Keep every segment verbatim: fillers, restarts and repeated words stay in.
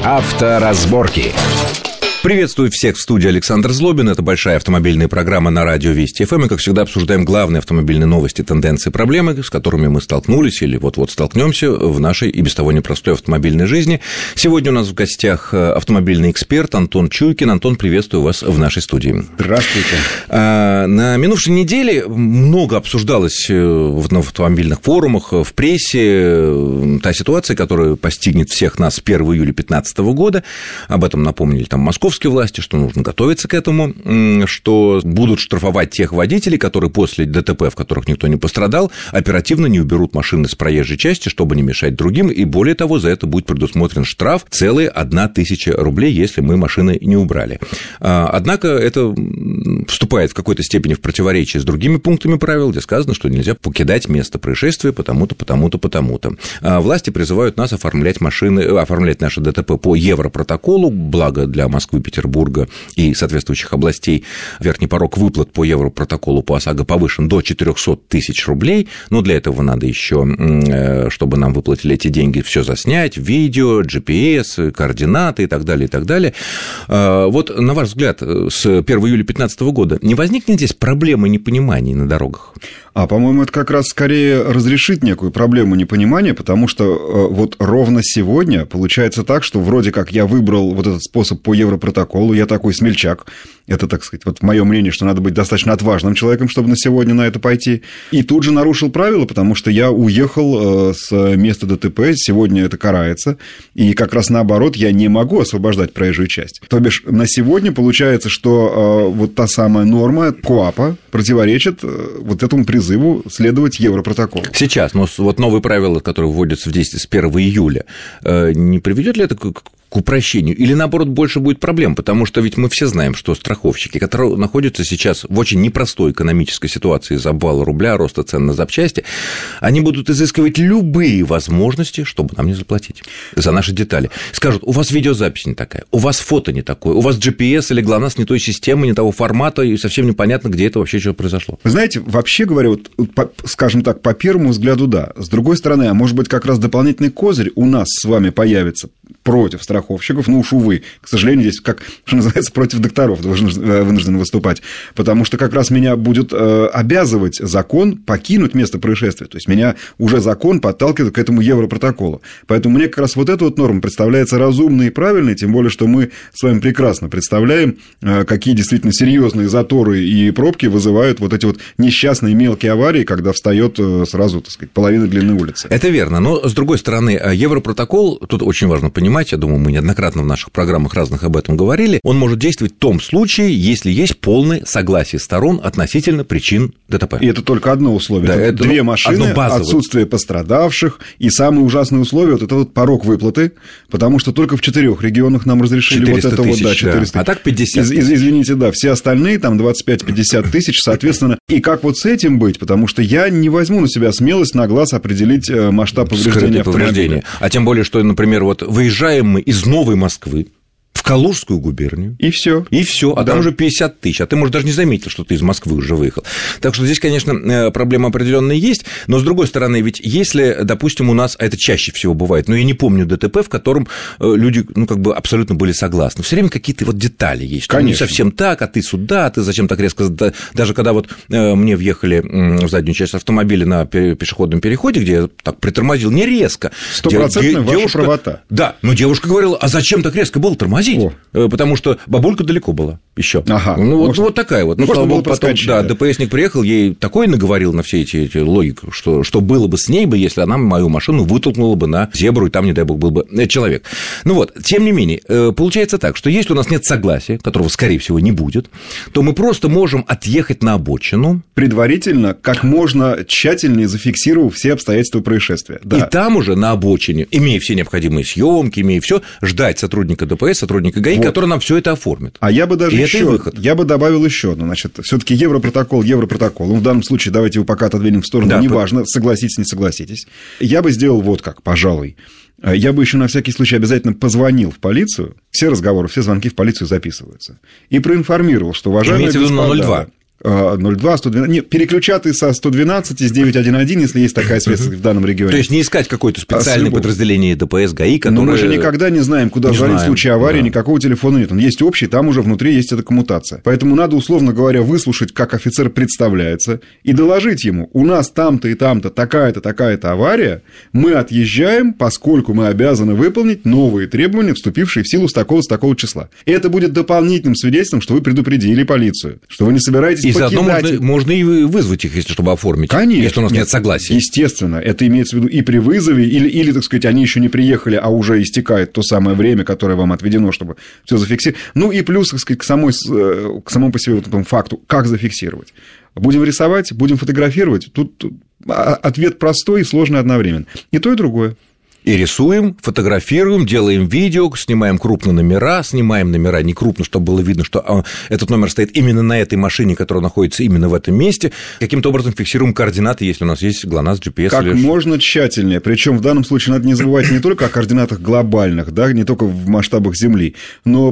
Авторазборки. Приветствую всех в студии Александр Злобин. Это большая автомобильная программа на радио Вести эф эм. И, как всегда, обсуждаем главные автомобильные новости, тенденции, проблемы, с которыми мы столкнулись или вот-вот столкнемся в нашей и без того непростой автомобильной жизни. Сегодня у нас в гостях автомобильный эксперт Антон Чуйкин. Антон, приветствую вас в нашей студии. Здравствуйте. На минувшей неделе много обсуждалось в автомобильных форумах, в прессе та ситуация, которая постигнет всех нас с первого июля две тысячи пятнадцатого года. Об этом напомнили там московские власти, что нужно готовиться к этому, что будут штрафовать тех водителей, которые после ДТП, в которых никто не пострадал, оперативно не уберут машины с проезжей части, чтобы не мешать другим, и более того, за это будет предусмотрен штраф целые одна тысяча рублей, если мы машины не убрали. Однако это вступает в какой-то степени в противоречие с другими пунктами правил, где сказано, что нельзя покидать место происшествия потому-то, потому-то, потому-то. Власти призывают нас оформлять машины, оформлять наши ДТП по Европротоколу, благо для Москвы, Петербурга и соответствующих областей верхний порог выплат по Европротоколу по ОСАГО повышен до четыреста тысяч рублей, но для этого надо еще, чтобы нам выплатили эти деньги, все заснять, видео, джи пи эс, координаты и так далее, и так далее. Вот, на ваш взгляд, с первого июля две тысячи пятнадцатого года не возникнет здесь проблемы непонимания на дорогах? А, по-моему, это как раз скорее разрешит некую проблему непонимания, потому что вот ровно сегодня получается так, что вроде как я выбрал вот этот способ по Европротоколу, я такой смельчак, это, так сказать, вот мое мнение, что надо быть достаточно отважным человеком, чтобы на сегодня на это пойти, и тут же нарушил правила, потому что я уехал с места ДТП, сегодня это карается, и как раз наоборот, я не могу освобождать проезжую часть. То бишь, на сегодня получается, что вот та самая норма КоАПа противоречит вот этому призыву следовать Европротоколу. Сейчас, но вот новые правила, которые вводятся в действие с первого июля, не приведет ли это к к упрощению, или, наоборот, больше будет проблем, потому что ведь мы все знаем, что страховщики, которые находятся сейчас в очень непростой экономической ситуации из-за обвала рубля, роста цен на запчасти, они будут изыскивать любые возможности, чтобы нам не заплатить за наши детали. Скажут, у вас видеозапись не такая, у вас фото не такое, у вас джи пи эс или ГЛОНАСС не той системы, не того формата, и совсем непонятно, где это вообще что произошло. Вы знаете, вообще говоря, вот, по, скажем так, по первому взгляду, да. С другой стороны, а может быть, как раз дополнительный козырь у нас с вами появится против страховщиков, ну уж увы, к сожалению, здесь, как, что называется, против докторов вынуждены выступать, потому что как раз меня будет обязывать закон покинуть место происшествия, то есть меня уже закон подталкивает к этому Европротоколу, поэтому мне как раз вот эта вот норма представляется разумной и правильной, тем более, что мы с вами прекрасно представляем, какие действительно серьезные заторы и пробки вызывают вот эти вот несчастные мелкие аварии, когда встает сразу, так сказать, половина длины улицы. Это верно, но, с другой стороны, Европротокол, тут очень важно понимать, я думаю, мы неоднократно в наших программах разных об этом говорили, он может действовать в том случае, если есть полное согласие сторон относительно причин ДТП. И это только одно условие. Да, это две машины, отсутствие пострадавших, и самое ужасное условие, вот это вот порог выплаты, потому что только в четырех регионах нам разрешили вот это тысяч, вот, да, четыреста. Да. А так пятьдесят Из, из, извините, да, все остальные, там двадцать пять-пятьдесят тысяч, соответственно, и как вот с этим быть, потому что я не возьму на себя смелость на глаз определить масштаб повреждения автомобиля. А тем более, что, например, вот выезжаем мы из Новой Москвы в Калужскую губернию. И все. И все. А да. там уже пятьдесят тысяч. А ты, может, даже не заметил, что ты из Москвы уже выехал. Так что здесь, конечно, проблема определенная есть. Но, с другой стороны, ведь если, допустим, у нас, а это чаще всего бывает, но я не помню ДТП, в котором люди, ну, как бы абсолютно были согласны. Все время какие-то вот детали есть. Конечно. Не совсем так, а ты сюда, а ты зачем так резко... Даже когда вот мне въехали в заднюю часть автомобиля на пешеходном переходе, где я так притормозил, не резко. Стопроцентная ваша девушка... правота. Да, но девушка говорила, а зачем так резко было тормозить? О. Потому что бабулька далеко была еще. Ага, ну, вот, вот такая вот. Ну, слава богу, потом, да, да, ДПСник приехал, ей такое наговорил на все эти, эти логики, что, что было бы с ней бы, если она мою машину вытолкнула бы на зебру, и там, не дай бог, был бы человек. Ну вот, тем не менее, получается так, что если у нас нет согласия, которого, скорее всего, не будет, то мы просто можем отъехать на обочину. Предварительно, как можно тщательнее зафиксировав все обстоятельства происшествия. Да. И там уже на обочине, имея все необходимые съемки, имея все, ждать сотрудника ДПС, сотрудника ГАИ, вот, который нам все это оформит. А я бы даже еще, я бы добавил еще, ну, значит, все-таки Европротокол, Европротокол. Ну, в данном случае давайте его пока отодвинем в сторону, да, неважно, по... согласитесь, не согласитесь. Я бы сделал вот как, пожалуй. Я бы еще на всякий случай обязательно позвонил в полицию, все разговоры, все звонки в полицию записываются, и проинформировал, что уважаемые господа... Имеется в виду на ноль два. ноль два, сто двенадцать, нет, переключатый со сто двенадцать с девятьсот одиннадцать, если есть такая связь в данном регионе. То есть не искать какое-то специальное подразделение ДПС, ГАИ, которое... Но мы же никогда не знаем, куда звонить в случае аварии, да. Никакого телефона нет. Он есть общий, там уже внутри есть эта коммутация. Поэтому надо, условно говоря, выслушать, как офицер представляется, и доложить ему: у нас там-то и там-то такая-то, такая-то авария, мы отъезжаем, поскольку мы обязаны выполнить новые требования, вступившие в силу с такого, с такого числа. И это будет дополнительным свидетельством, что вы предупредили полицию, что вы не собираетесь и покидать. И заодно можно, можно и вызвать их, если чтобы оформить. Конечно. Если у нас нет, нет согласия. Естественно, это имеется в виду и при вызове, или, или, так сказать, они еще не приехали, а уже истекает то самое время, которое вам отведено, чтобы все зафиксировать. Ну и плюс, так сказать, к, самой, к самому по себе вот этому факту, как зафиксировать. Будем рисовать, будем фотографировать. Тут ответ простой и сложный одновременно. И то, и другое. И рисуем, фотографируем, делаем видео, снимаем крупно номера, снимаем номера не крупно, чтобы было видно, что этот номер стоит именно на этой машине, которая находится именно в этом месте. Каким-то образом фиксируем координаты, если у нас есть ГЛОНАСС, джи пи эс. Как или... можно тщательнее. Причем в данном случае надо не забывать не только о координатах глобальных, да, не только в масштабах Земли, но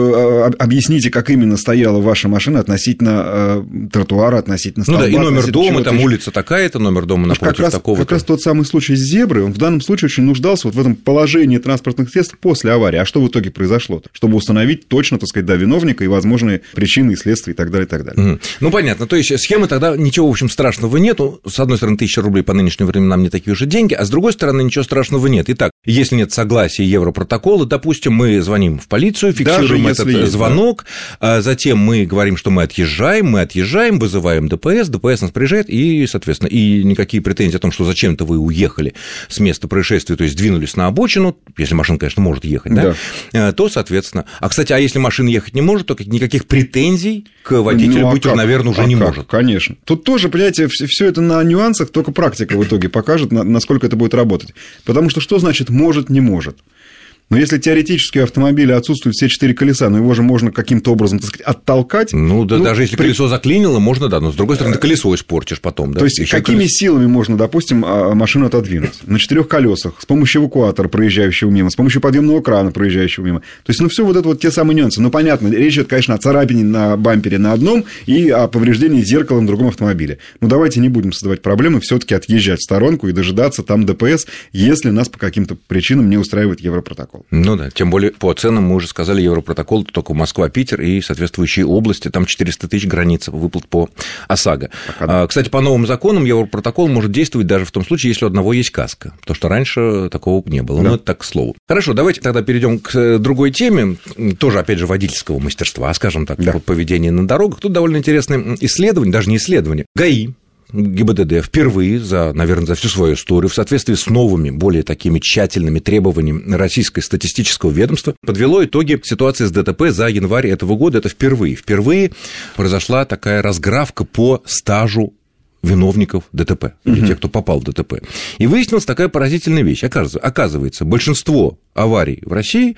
объясните, как именно стояла ваша машина относительно тротуара, относительно столба. Ну да, и номер дома, там улица такая-то, номер дома напротив как раз, такого-то. Как раз тот самый случай с зеброй, он в данном случае очень нуждался вот в этом положении транспортных средств после аварии. А что в итоге произошло? Чтобы установить точно, так сказать, да, виновника и возможные причины и следствия и так далее, и так далее. Mm. Ну, понятно. То есть схемы тогда ничего, в общем, страшного нету. С одной стороны, тысяча рублей по нынешним временам не такие уже деньги, а с другой стороны, ничего страшного нет. Итак, если нет согласия Европротокола, допустим, мы звоним в полицию, фиксируем этот есть, звонок, да. Затем мы говорим, что мы отъезжаем, мы отъезжаем, вызываем ДПС, ДПС нас приезжает, и, соответственно, и никакие претензии о том, что зачем-то вы уехали с места происшествия, то есть двинулись на обочину, если машина, конечно, может ехать, да, да. то, соответственно... А, кстати, а если машина ехать не может, то никаких претензий к водителю ну, а быть, как? наверное, уже а не как? может. Конечно. Тут тоже, понимаете, все это на нюансах, только практика в итоге покажет, насколько это будет работать. Потому что что значит «может, не может»? Но если теоретически у автомобиля отсутствуют все четыре колеса, но его же можно каким-то образом, так сказать, оттолкать. Ну, да, ну даже если при... колесо заклинило, можно, да, но с другой стороны, ты колесо испортишь потом. Да? То есть, еще какими колесо... силами можно, допустим, машину отодвинуть? На четырех колесах, с помощью эвакуатора, проезжающего мимо, с помощью подъемного крана, проезжающего мимо. То есть, ну, все вот это вот те самые нюансы. Ну, понятно, речь идет, конечно, о царапине на бампере на одном и о повреждении зеркала на другом автомобиле. Но давайте не будем создавать проблемы, все-таки отъезжать в сторонку и дожидаться там ДПС, если нас по каким-то причинам не устраивает Европротокол. Ну да, тем более по ценам мы уже сказали, Европротокол это только Москва-Питер и соответствующие области, там четыреста тысяч границ выплат по ОСАГО. Пока... Кстати, по новым законам Европротокол может действовать даже в том случае, если у одного есть каска, потому что раньше такого не было, да. Но это так к слову. Хорошо, давайте тогда перейдем к другой теме, тоже, опять же, водительского мастерства, скажем так, да. Поведения на дорогах. Тут довольно интересное исследование, даже не исследование, ГАИ, ГИБДД впервые за, наверное, за всю свою историю в соответствии с новыми, более такими тщательными требованиями Российского статистического ведомства подвело итоги ситуации с ДТП за январь этого года. Это впервые. Впервые произошла такая разграфка по стажу виновников ДТП, или угу. тех, кто попал в ДТП. И выяснилась такая поразительная вещь. Оказывается, оказывается большинство аварий в России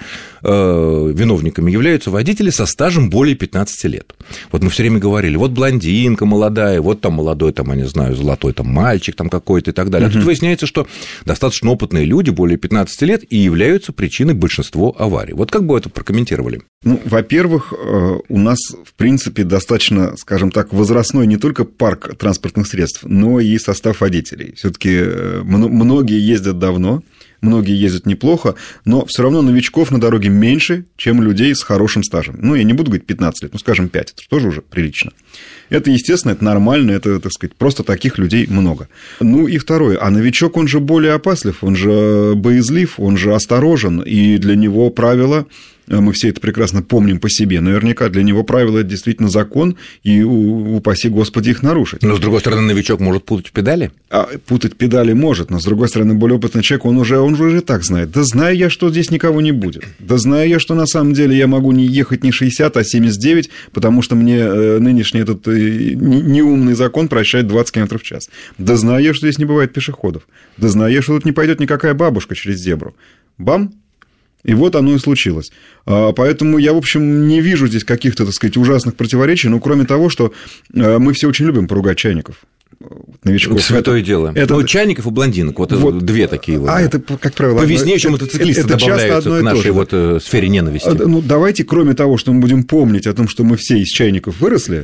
э, виновниками являются водители со стажем более пятнадцати лет. Вот мы все время говорили, вот блондинка молодая, вот там молодой, там, я не знаю, золотой там мальчик там какой-то и так далее. Угу. А тут выясняется, что достаточно опытные люди, более пятнадцати лет, и являются причиной большинства аварий. Вот как бы вы это прокомментировали? Ну, во-первых, у нас, в принципе, достаточно, скажем так, возрастной не только парк транспортных средств, но и состав водителей. Все-таки многие ездят давно, многие ездят неплохо, но все равно новичков на дороге меньше, чем людей с хорошим стажем. Ну, я не буду говорить пятнадцать лет, ну, скажем, пять, это тоже уже прилично. Это, естественно, это нормально, это, так сказать, просто таких людей много. Ну, и второе, а новичок, он же более опаслив, он же боязлив, он же осторожен, и для него правила... Мы все это прекрасно помним по себе. Наверняка для него правило – это действительно закон, и упаси Господи их нарушить. Но, с другой стороны, новичок может путать педали? А, путать педали может, но, с другой стороны, более опытный человек, он уже, он уже и так знает. Да знаю я, что здесь никого не будет. Да знаю я, что на самом деле я могу не ехать не шестьдесят, а семьдесят девять, потому что мне нынешний этот неумный закон прощает двадцать километров в час. Да знаю я, что здесь не бывает пешеходов. Да знаю я, что тут не пойдет никакая бабушка через зебру. Бам! И вот оно и случилось. Поэтому я, в общем, не вижу здесь каких-то, так сказать, ужасных противоречий, ну, кроме того, что мы все очень любим поругать чайников. Новичков. Святое это, дело. Это... Ну, чайников и блондинок, вот, вот две такие вот. А да. Это, как правило... Повеснее, чем мотоциклисты добавляются к нашей вот сфере ненависти. Ну, давайте, кроме того, что мы будем помнить о том, что мы все из чайников выросли,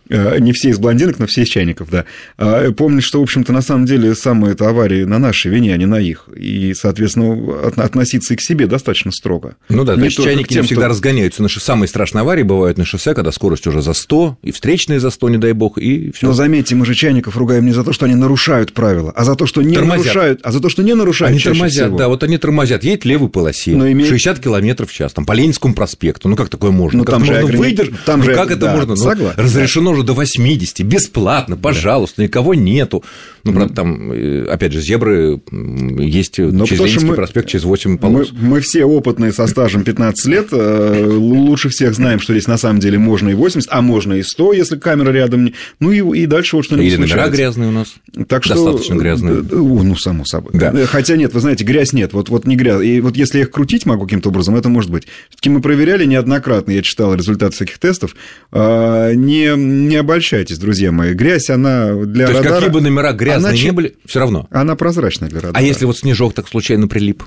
Не все из блондинок, но все из чайников, да. Помню, что, в общем-то, на самом деле, самые это аварии на нашей вине, а не на их. И, соответственно, относиться и к себе достаточно строго. Ну да, то есть чайники тем, не всегда кто... разгоняются. На шоссе. Самые страшные аварии бывают на шоссе, когда скорость уже за сто, и встречные за сто, не дай бог, и все. Но заметьте, мы же чайников ругаем не за то, что они нарушают правила, а за то, что не тормозят. нарушают, а за то, что не нарушают. Они тормозят, всего. Да, вот они тормозят, едет в левой полосе, имеет... шестьдесят километров в час, там, по Ленинскому проспекту. Ну, как такое можно? Ну, как там можно ограни... выдержать? Там ну, же... как это да, можно? Ну, разрешено да. уже до восьмидесяти, бесплатно, пожалуйста, да. никого нету. Ну, правда, там, опять же, зебры есть но через Ленинский мы... проспект, через восемь полос. Мы, мы все опытные со стажем пятнадцать лет, лучше всех знаем, что здесь на самом деле можно и восемьдесят, а можно и сто, если камера рядом. Ну, и, и дальше вот что-нибудь Или случается. номера грязные у нас. Так что... Достаточно грязные. О, ну, само собой. Да. Хотя нет, вы знаете, грязь нет, вот, вот не грязь. И вот если я их крутить могу каким-то образом, это может быть. Все-таки мы проверяли неоднократно, я читал результаты всяких тестов. Не, не обольщайтесь, друзья мои. Грязь, она для То радара... То есть, какие бы номера грязные она... не были, все равно. Она прозрачная для радара. А если вот снежок так случайно прилип?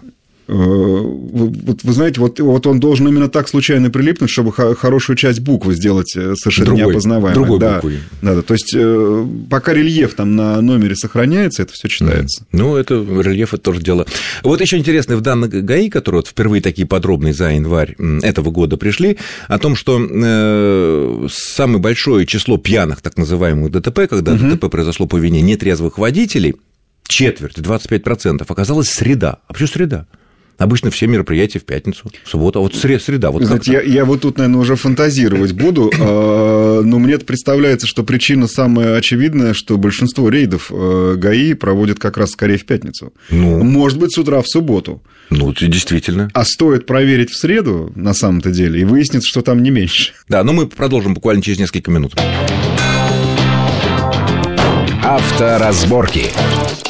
Вот вы знаете, вот, вот он должен именно так случайно прилипнуть, чтобы хорошую часть буквы сделать совершенно другой, неопознаваемой. Другой да, буквой. Да, да, то есть, пока рельеф там на номере сохраняется, это все читается. Mm. Ну, это рельеф, это тоже дело. Вот еще интересно, в данных ГАИ, которые вот впервые такие подробные за январь этого года пришли, о том, что э, самое большое число пьяных, так называемых ДТП, когда mm-hmm. ДТП произошло по вине нетрезвых водителей, четверть, двадцать пять процентов, оказалась среда. А почему среда? Обычно все мероприятия в пятницу, в субботу, а вот среда. Вот знаете, я, я вот тут, наверное, уже фантазировать буду, но мне представляется, что причина самая очевидная, что большинство рейдов ГАИ проводят как раз скорее в пятницу. Ну, может быть, с утра в субботу. Ну, это действительно. А стоит проверить в среду, на самом-то деле, и выяснится, что там не меньше. Да, но мы продолжим буквально через несколько минут. Авторазборки.